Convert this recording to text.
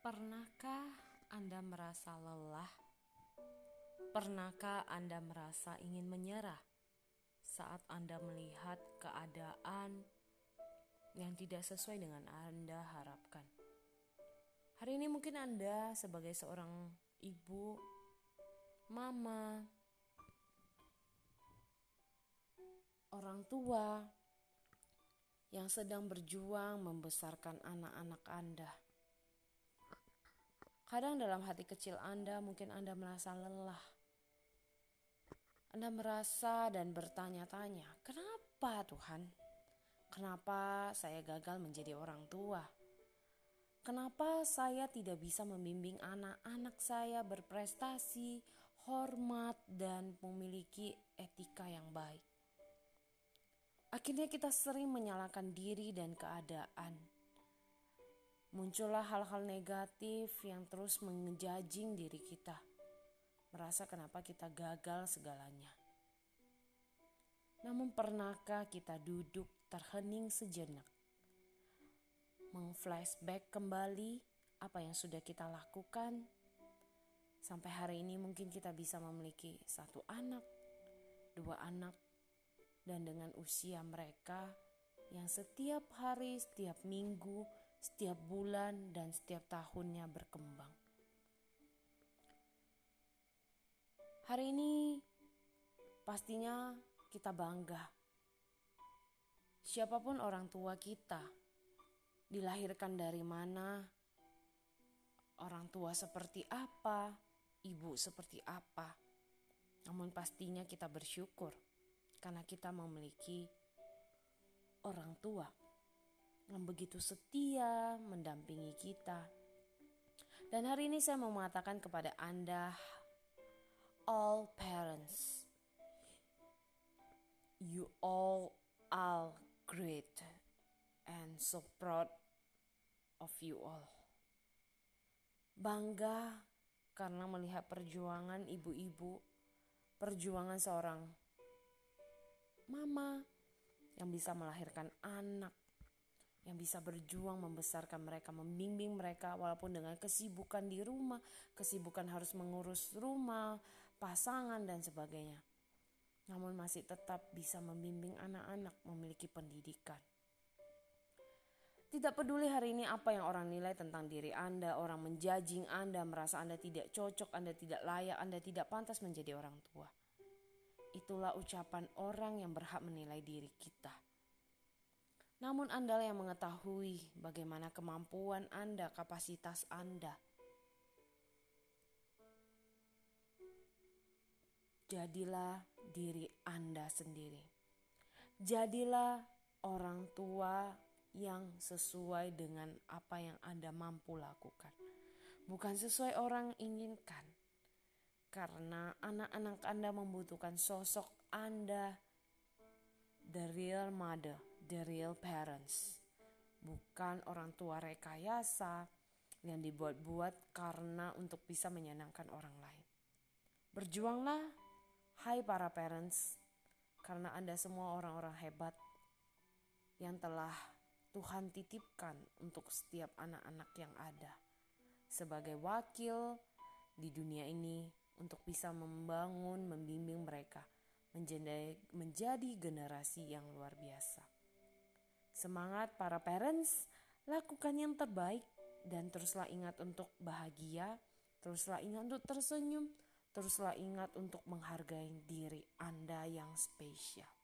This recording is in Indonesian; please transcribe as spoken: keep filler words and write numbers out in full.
Pernahkah Anda merasa lelah? Pernahkah Anda merasa ingin menyerah saat Anda melihat keadaan yang tidak sesuai dengan Anda harapkan? Hari ini mungkin Anda sebagai seorang ibu, mama, orang tua yang sedang berjuang membesarkan anak-anak Anda. Kadang dalam hati kecil Anda mungkin Anda merasa lelah. Anda merasa dan bertanya-tanya, kenapa Tuhan? Kenapa saya gagal menjadi orang tua? Kenapa saya tidak bisa membimbing anak-anak saya berprestasi, hormat, dan memiliki etika yang baik? Akhirnya kita sering menyalahkan diri dan keadaan. Muncullah hal-hal negatif yang terus mengejajing diri kita. Merasa kenapa kita gagal segalanya. Namun pernahkah kita duduk terhening sejenak, meng-flashback kembali apa yang sudah kita lakukan, sampai hari ini mungkin kita bisa memiliki satu anak, dua anak, dan dengan usia mereka yang setiap hari, setiap minggu, setiap bulan, dan setiap tahunnya berkembang. Hari ini pastinya kita bangga. Siapapun orang tua kita, dilahirkan dari mana, orang tua seperti apa, ibu seperti apa. Namun pastinya kita bersyukur karena kita memiliki orang tua yang begitu setia mendampingi kita. Dan hari ini saya mau mengatakan kepada Anda, all parents, you all are great and so proud of you all. Bangga karena melihat perjuangan ibu-ibu, perjuangan seorang mama yang bisa melahirkan anak, yang bisa berjuang membesarkan mereka, membimbing mereka walaupun dengan kesibukan di rumah, kesibukan harus mengurus rumah, pasangan dan sebagainya. Namun masih tetap bisa membimbing anak-anak memiliki pendidikan. Tidak peduli hari ini apa yang orang nilai tentang diri Anda, orang menjudging Anda, merasa Anda tidak cocok, Anda tidak layak, Anda tidak pantas menjadi orang tua. Itulah ucapan orang yang berhak menilai diri kita. Namun Anda yang mengetahui bagaimana kemampuan Anda, kapasitas Anda. Jadilah diri Anda sendiri. Jadilah orang tua yang sesuai dengan apa yang Anda mampu lakukan. Bukan sesuai orang inginkan. Karena anak-anak Anda membutuhkan sosok Anda, the real mother, the real parents. Bukan orang tua rekayasa yang dibuat-buat karena untuk bisa menyenangkan orang lain. Berjuanglah, hai para parents, karena Anda semua orang-orang hebat yang telah Tuhan titipkan untuk setiap anak-anak yang ada. Sebagai wakil di dunia ini untuk bisa membangun, membimbing mereka menjadi, menjadi generasi yang luar biasa. Semangat para parents, lakukan yang terbaik dan teruslah ingat untuk bahagia, teruslah ingat untuk tersenyum, teruslah ingat untuk menghargai diri Anda yang spesial.